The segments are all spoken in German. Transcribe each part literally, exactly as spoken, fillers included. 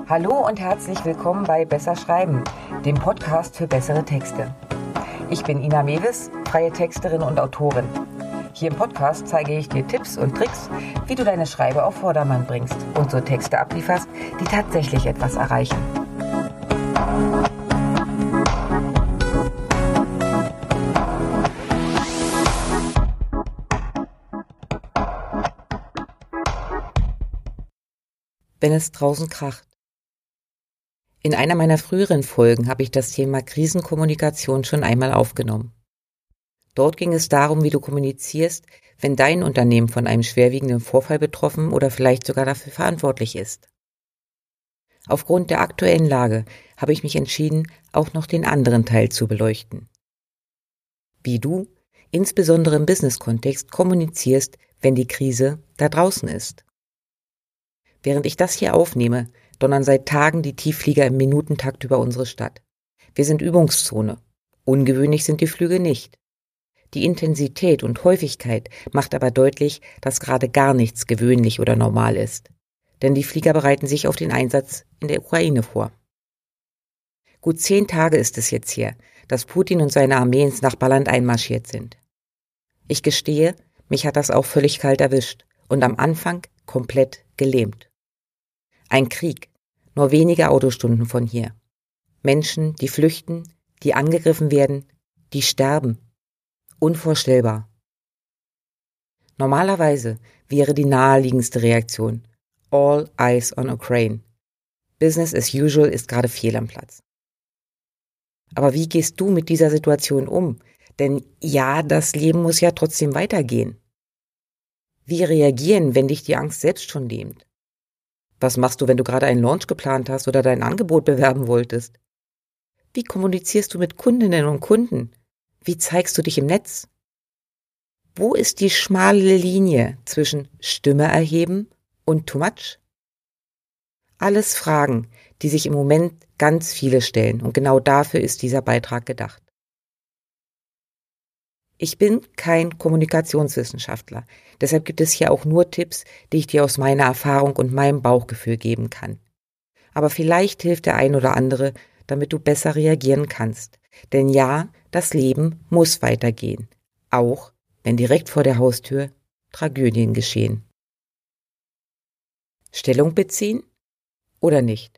Hallo und herzlich willkommen bei Besser Schreiben, dem Podcast für bessere Texte. Ich bin Ina Mewis, freie Texterin und Autorin. Hier im Podcast zeige ich dir Tipps und Tricks, wie du deine Schreibe auf Vordermann bringst und so Texte ablieferst, die tatsächlich etwas erreichen. Wenn es draußen kracht. In einer meiner früheren Folgen habe ich das Thema Krisenkommunikation schon einmal aufgenommen. Dort ging es darum, wie du kommunizierst, wenn dein Unternehmen von einem schwerwiegenden Vorfall betroffen oder vielleicht sogar dafür verantwortlich ist. Aufgrund der aktuellen Lage habe ich mich entschieden, auch noch den anderen Teil zu beleuchten. Wie du, insbesondere im Business-Kontext, kommunizierst, wenn die Krise da draußen ist. Während ich das hier aufnehme, donnern seit Tagen die Tiefflieger im Minutentakt über unsere Stadt. Wir sind Übungszone. Ungewöhnlich sind die Flüge nicht. Die Intensität und Häufigkeit macht aber deutlich, dass gerade gar nichts gewöhnlich oder normal ist. Denn die Flieger bereiten sich auf den Einsatz in der Ukraine vor. Gut zehn Tage ist es jetzt her, dass Putin und seine Armee ins Nachbarland einmarschiert sind. Ich gestehe, mich hat das auch völlig kalt erwischt und am Anfang komplett gelähmt. Ein Krieg, nur wenige Autostunden von hier. Menschen, die flüchten, die angegriffen werden, die sterben. Unvorstellbar. Normalerweise wäre die naheliegendste Reaktion All eyes on Ukraine. Business as usual ist gerade fehl am Platz. Aber wie gehst du mit dieser Situation um? Denn ja, das Leben muss ja trotzdem weitergehen. Wie reagieren, wenn dich die Angst selbst schon lähmt? Was machst du, wenn du gerade einen Launch geplant hast oder dein Angebot bewerben wolltest? Wie kommunizierst du mit Kundinnen und Kunden? Wie zeigst du dich im Netz? Wo ist die schmale Linie zwischen Stimme erheben und too much? Alles Fragen, die sich im Moment ganz viele stellen, und genau dafür ist dieser Beitrag gedacht. Ich bin kein Kommunikationswissenschaftler, deshalb gibt es hier auch nur Tipps, die ich dir aus meiner Erfahrung und meinem Bauchgefühl geben kann. Aber vielleicht hilft der ein oder andere, damit du besser reagieren kannst. Denn ja, das Leben muss weitergehen, auch wenn direkt vor der Haustür Tragödien geschehen. Stellung beziehen oder nicht?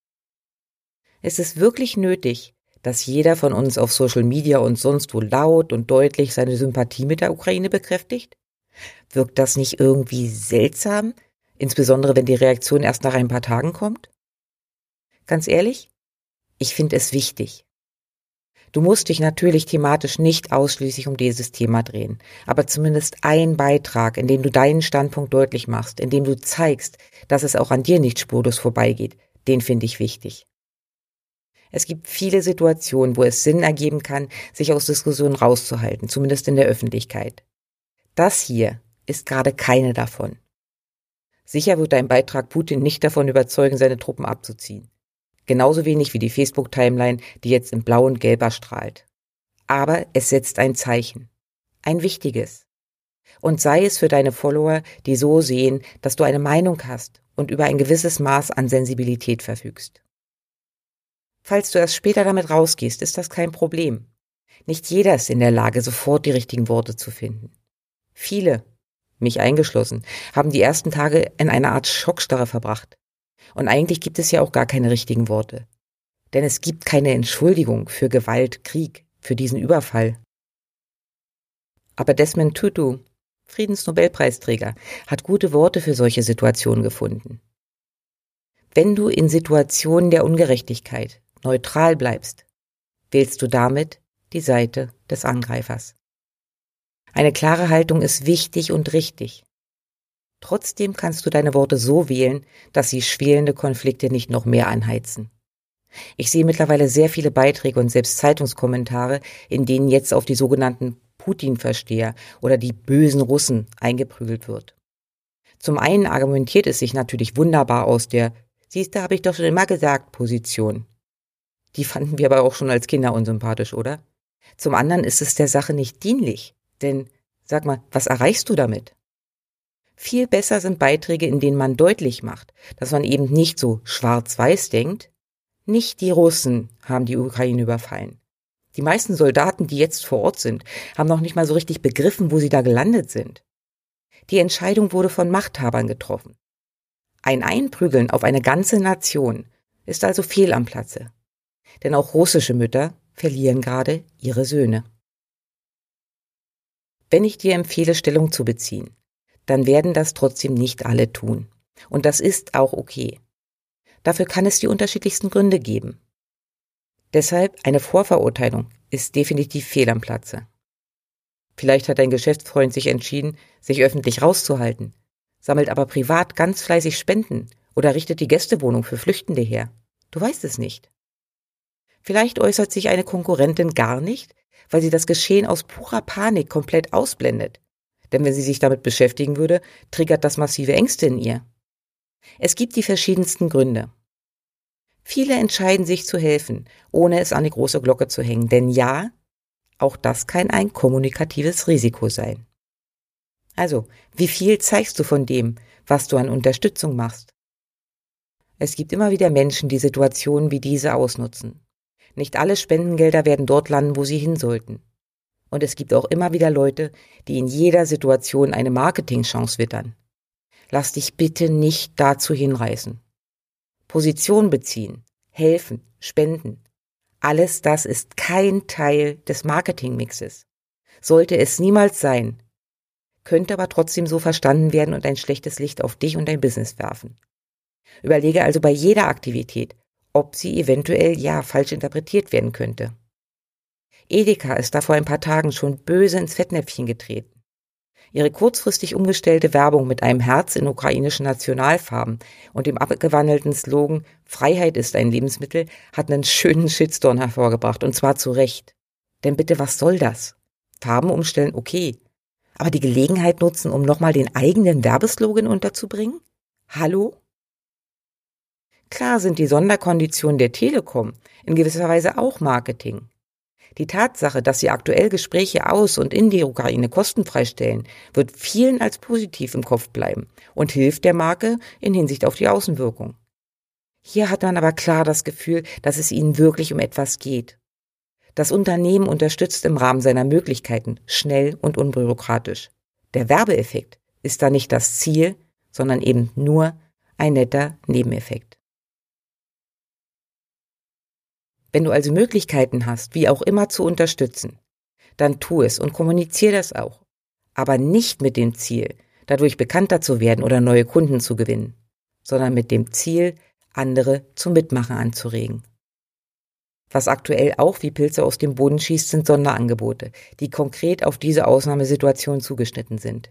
Es ist wirklich nötig, dass jeder von uns auf Social Media und sonst wo laut und deutlich seine Sympathie mit der Ukraine bekräftigt? Wirkt das nicht irgendwie seltsam, insbesondere wenn die Reaktion erst nach ein paar Tagen kommt? Ganz ehrlich, ich finde es wichtig. Du musst dich natürlich thematisch nicht ausschließlich um dieses Thema drehen, aber zumindest ein Beitrag, in dem du deinen Standpunkt deutlich machst, in dem du zeigst, dass es auch an dir nicht spurlos vorbeigeht, den finde ich wichtig. Es gibt viele Situationen, wo es Sinn ergeben kann, sich aus Diskussionen rauszuhalten, zumindest in der Öffentlichkeit. Das hier ist gerade keine davon. Sicher wird dein Beitrag Putin nicht davon überzeugen, seine Truppen abzuziehen. Genauso wenig wie die Facebook-Timeline, die jetzt in Blau und Gelb erstrahlt. Aber es setzt ein Zeichen. Ein wichtiges. Und sei es für deine Follower, die so sehen, dass du eine Meinung hast und über ein gewisses Maß an Sensibilität verfügst. Falls du erst später damit rausgehst, ist das kein Problem. Nicht jeder ist in der Lage, sofort die richtigen Worte zu finden. Viele, mich eingeschlossen, haben die ersten Tage in einer Art Schockstarre verbracht. Und eigentlich gibt es ja auch gar keine richtigen Worte. Denn es gibt keine Entschuldigung für Gewalt, Krieg, für diesen Überfall. Aber Desmond Tutu, Friedensnobelpreisträger, hat gute Worte für solche Situationen gefunden. Wenn du in Situationen der Ungerechtigkeit neutral bleibst, wählst du damit die Seite des Angreifers. Eine klare Haltung ist wichtig und richtig. Trotzdem kannst du deine Worte so wählen, dass sie schwelende Konflikte nicht noch mehr anheizen. Ich sehe mittlerweile sehr viele Beiträge und selbst Zeitungskommentare, in denen jetzt auf die sogenannten Putin-Versteher oder die bösen Russen eingeprügelt wird. Zum einen argumentiert es sich natürlich wunderbar aus der „Siehste, habe ich doch schon immer gesagt" Position. Die fanden wir aber auch schon als Kinder unsympathisch, oder? Zum anderen ist es der Sache nicht dienlich, denn, sag mal, was erreichst du damit? Viel besser sind Beiträge, in denen man deutlich macht, dass man eben nicht so schwarz-weiß denkt. Nicht die Russen haben die Ukraine überfallen. Die meisten Soldaten, die jetzt vor Ort sind, haben noch nicht mal so richtig begriffen, wo sie da gelandet sind. Die Entscheidung wurde von Machthabern getroffen. Ein Einprügeln auf eine ganze Nation ist also fehl am Platze. Denn auch russische Mütter verlieren gerade ihre Söhne. Wenn ich dir empfehle, Stellung zu beziehen, dann werden das trotzdem nicht alle tun. Und das ist auch okay. Dafür kann es die unterschiedlichsten Gründe geben. Deshalb eine Vorverurteilung ist definitiv fehl am Platze. Vielleicht hat ein Geschäftsfreund sich entschieden, sich öffentlich rauszuhalten, sammelt aber privat ganz fleißig Spenden oder richtet die Gästewohnung für Flüchtende her. Du weißt es nicht. Vielleicht äußert sich eine Konkurrentin gar nicht, weil sie das Geschehen aus purer Panik komplett ausblendet. Denn wenn sie sich damit beschäftigen würde, triggert das massive Ängste in ihr. Es gibt die verschiedensten Gründe. Viele entscheiden sich zu helfen, ohne es an die große Glocke zu hängen. Denn ja, auch das kann ein kommunikatives Risiko sein. Also, wie viel zeigst du von dem, was du an Unterstützung machst? Es gibt immer wieder Menschen, die Situationen wie diese ausnutzen. Nicht alle Spendengelder werden dort landen, wo sie hin sollten. Und es gibt auch immer wieder Leute, die in jeder Situation eine Marketingchance wittern. Lass dich bitte nicht dazu hinreißen. Position beziehen, helfen, spenden. Alles das ist kein Teil des Marketingmixes. Sollte es niemals sein, könnte aber trotzdem so verstanden werden und ein schlechtes Licht auf dich und dein Business werfen. Überlege also bei jeder Aktivität, ob sie eventuell ja falsch interpretiert werden könnte. Edeka ist da vor ein paar Tagen schon böse ins Fettnäpfchen getreten. Ihre kurzfristig umgestellte Werbung mit einem Herz in ukrainischen Nationalfarben und dem abgewandelten Slogan »Freiheit ist ein Lebensmittel« hat einen schönen Shitstorm hervorgebracht, und zwar zu Recht. Denn bitte, was soll das? Farben umstellen, okay. Aber die Gelegenheit nutzen, um nochmal den eigenen Werbeslogan unterzubringen? Hallo? Klar sind die Sonderkonditionen der Telekom in gewisser Weise auch Marketing. Die Tatsache, dass sie aktuell Gespräche aus und in die Ukraine kostenfrei stellen, wird vielen als positiv im Kopf bleiben und hilft der Marke in Hinsicht auf die Außenwirkung. Hier hat man aber klar das Gefühl, dass es ihnen wirklich um etwas geht. Das Unternehmen unterstützt im Rahmen seiner Möglichkeiten, schnell und unbürokratisch. Der Werbeeffekt ist da nicht das Ziel, sondern eben nur ein netter Nebeneffekt. Wenn du also Möglichkeiten hast, wie auch immer zu unterstützen, dann tu es und kommuniziere das auch. Aber nicht mit dem Ziel, dadurch bekannter zu werden oder neue Kunden zu gewinnen, sondern mit dem Ziel, andere zum Mitmachen anzuregen. Was aktuell auch wie Pilze aus dem Boden schießt, sind Sonderangebote, die konkret auf diese Ausnahmesituation zugeschnitten sind.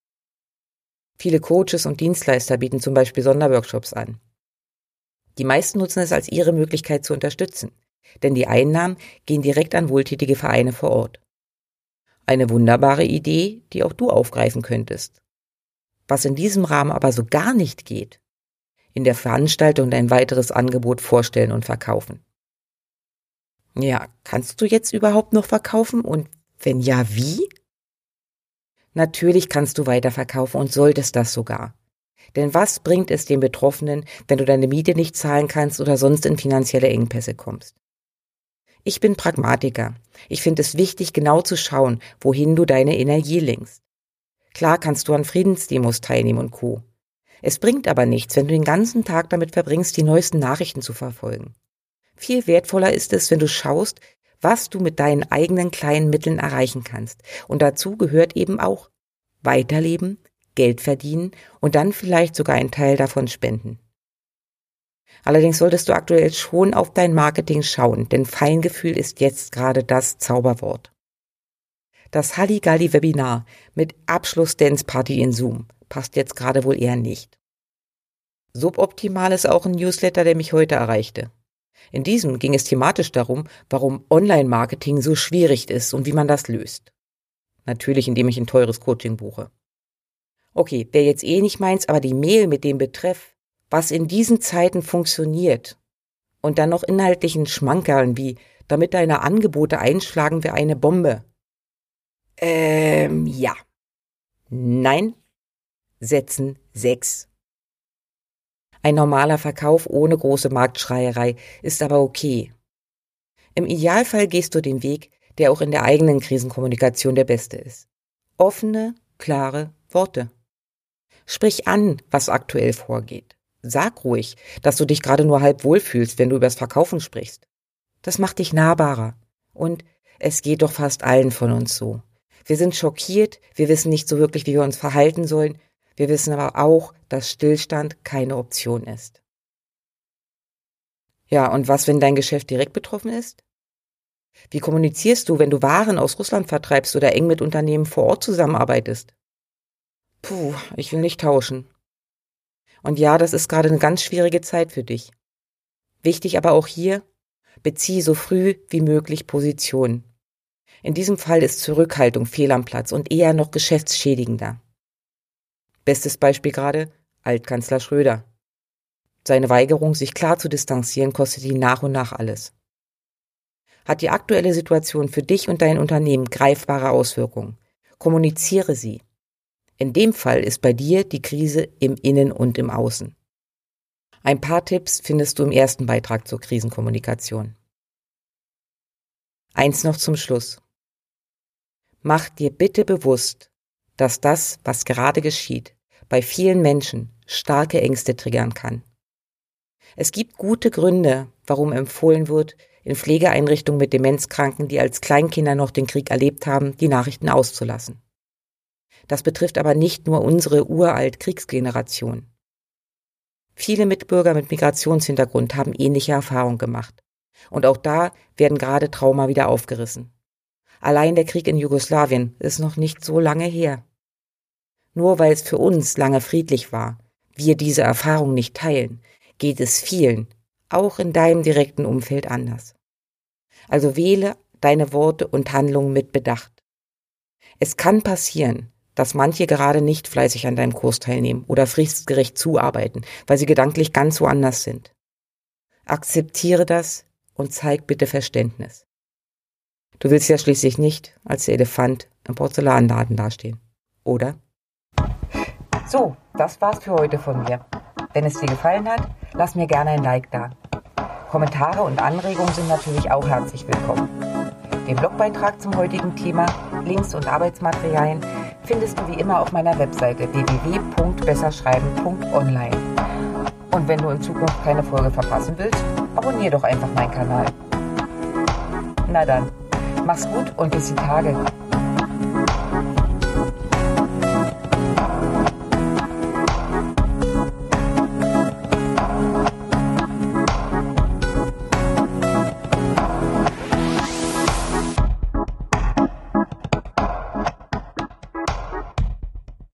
Viele Coaches und Dienstleister bieten zum Beispiel Sonderworkshops an. Die meisten nutzen es als ihre Möglichkeit zu unterstützen, denn die Einnahmen gehen direkt an wohltätige Vereine vor Ort. Eine wunderbare Idee, die auch du aufgreifen könntest. Was in diesem Rahmen aber so gar nicht geht: in der Veranstaltung dein weiteres Angebot vorstellen und verkaufen. Ja, kannst du jetzt überhaupt noch verkaufen und wenn ja, wie? Natürlich kannst du weiterverkaufen und solltest das sogar. Denn was bringt es den Betroffenen, wenn du deine Miete nicht zahlen kannst oder sonst in finanzielle Engpässe kommst? Ich bin Pragmatiker. Ich finde es wichtig, genau zu schauen, wohin du deine Energie lenkst. Klar kannst du an Friedensdemos teilnehmen und Co. Es bringt aber nichts, wenn du den ganzen Tag damit verbringst, die neuesten Nachrichten zu verfolgen. Viel wertvoller ist es, wenn du schaust, was du mit deinen eigenen kleinen Mitteln erreichen kannst. Und dazu gehört eben auch weiterleben, Geld verdienen und dann vielleicht sogar einen Teil davon spenden. Allerdings solltest du aktuell schon auf dein Marketing schauen, denn Feingefühl ist jetzt gerade das Zauberwort. Das Halligalli-Webinar mit Abschluss-Dance-Party in Zoom passt jetzt gerade wohl eher nicht. Suboptimal ist auch ein Newsletter, der mich heute erreichte. In diesem ging es thematisch darum, warum Online-Marketing so schwierig ist und wie man das löst. Natürlich, indem ich ein teures Coaching buche. Okay, wäre jetzt eh nicht meins, aber die Mail mit dem Betreff, was in diesen Zeiten funktioniert, und dann noch inhaltlichen Schmankerln wie, damit deine Angebote einschlagen wie eine Bombe. Ähm, ja. Nein, Sätzen sechs. Ein normaler Verkauf ohne große Marktschreierei ist aber okay. Im Idealfall gehst du den Weg, der auch in der eigenen Krisenkommunikation der beste ist. Offene, klare Worte. Sprich an, was aktuell vorgeht. Sag ruhig, dass du dich gerade nur halb wohlfühlst, wenn du übers Verkaufen sprichst. Das macht dich nahbarer. Und es geht doch fast allen von uns so. Wir sind schockiert, wir wissen nicht so wirklich, wie wir uns verhalten sollen. Wir wissen aber auch, dass Stillstand keine Option ist. Ja, und was, wenn dein Geschäft direkt betroffen ist? Wie kommunizierst du, wenn du Waren aus Russland vertreibst oder eng mit Unternehmen vor Ort zusammenarbeitest? Puh, ich will nicht tauschen. Und ja, das ist gerade eine ganz schwierige Zeit für dich. Wichtig aber auch hier, beziehe so früh wie möglich Position. In diesem Fall ist Zurückhaltung fehl am Platz und eher noch geschäftsschädigender. Bestes Beispiel gerade, Altkanzler Schröder. Seine Weigerung, sich klar zu distanzieren, kostet ihn nach und nach alles. Hat die aktuelle Situation für dich und dein Unternehmen greifbare Auswirkungen? Kommuniziere sie. In dem Fall ist bei dir die Krise im Innen und im Außen. Ein paar Tipps findest du im ersten Beitrag zur Krisenkommunikation. Eins noch zum Schluss. Mach dir bitte bewusst, dass das, was gerade geschieht, bei vielen Menschen starke Ängste triggern kann. Es gibt gute Gründe, warum empfohlen wird, in Pflegeeinrichtungen mit Demenzkranken, die als Kleinkinder noch den Krieg erlebt haben, die Nachrichten auszulassen. Das betrifft aber nicht nur unsere uralt Kriegsgeneration. Viele Mitbürger mit Migrationshintergrund haben ähnliche Erfahrungen gemacht. Und auch da werden gerade Trauma wieder aufgerissen. Allein der Krieg in Jugoslawien ist noch nicht so lange her. Nur weil es für uns lange friedlich war, wir diese Erfahrung nicht teilen, geht es vielen, auch in deinem direkten Umfeld, anders. Also wähle deine Worte und Handlungen mit Bedacht. Es kann passieren, dass manche gerade nicht fleißig an deinem Kurs teilnehmen oder fristgerecht zuarbeiten, weil sie gedanklich ganz woanders sind. Akzeptiere das und zeig bitte Verständnis. Du willst ja schließlich nicht als der Elefant im Porzellanladen dastehen, oder? So, das war's für heute von mir. Wenn es dir gefallen hat, lass mir gerne ein Like da. Kommentare und Anregungen sind natürlich auch herzlich willkommen. Den Blogbeitrag zum heutigen Thema, Links und Arbeitsmaterialien findest du wie immer auf meiner Webseite w w w punkt besserschreiben punkt online. Und wenn du in Zukunft keine Folge verpassen willst, abonniere doch einfach meinen Kanal. Na dann, mach's gut und bis die Tage.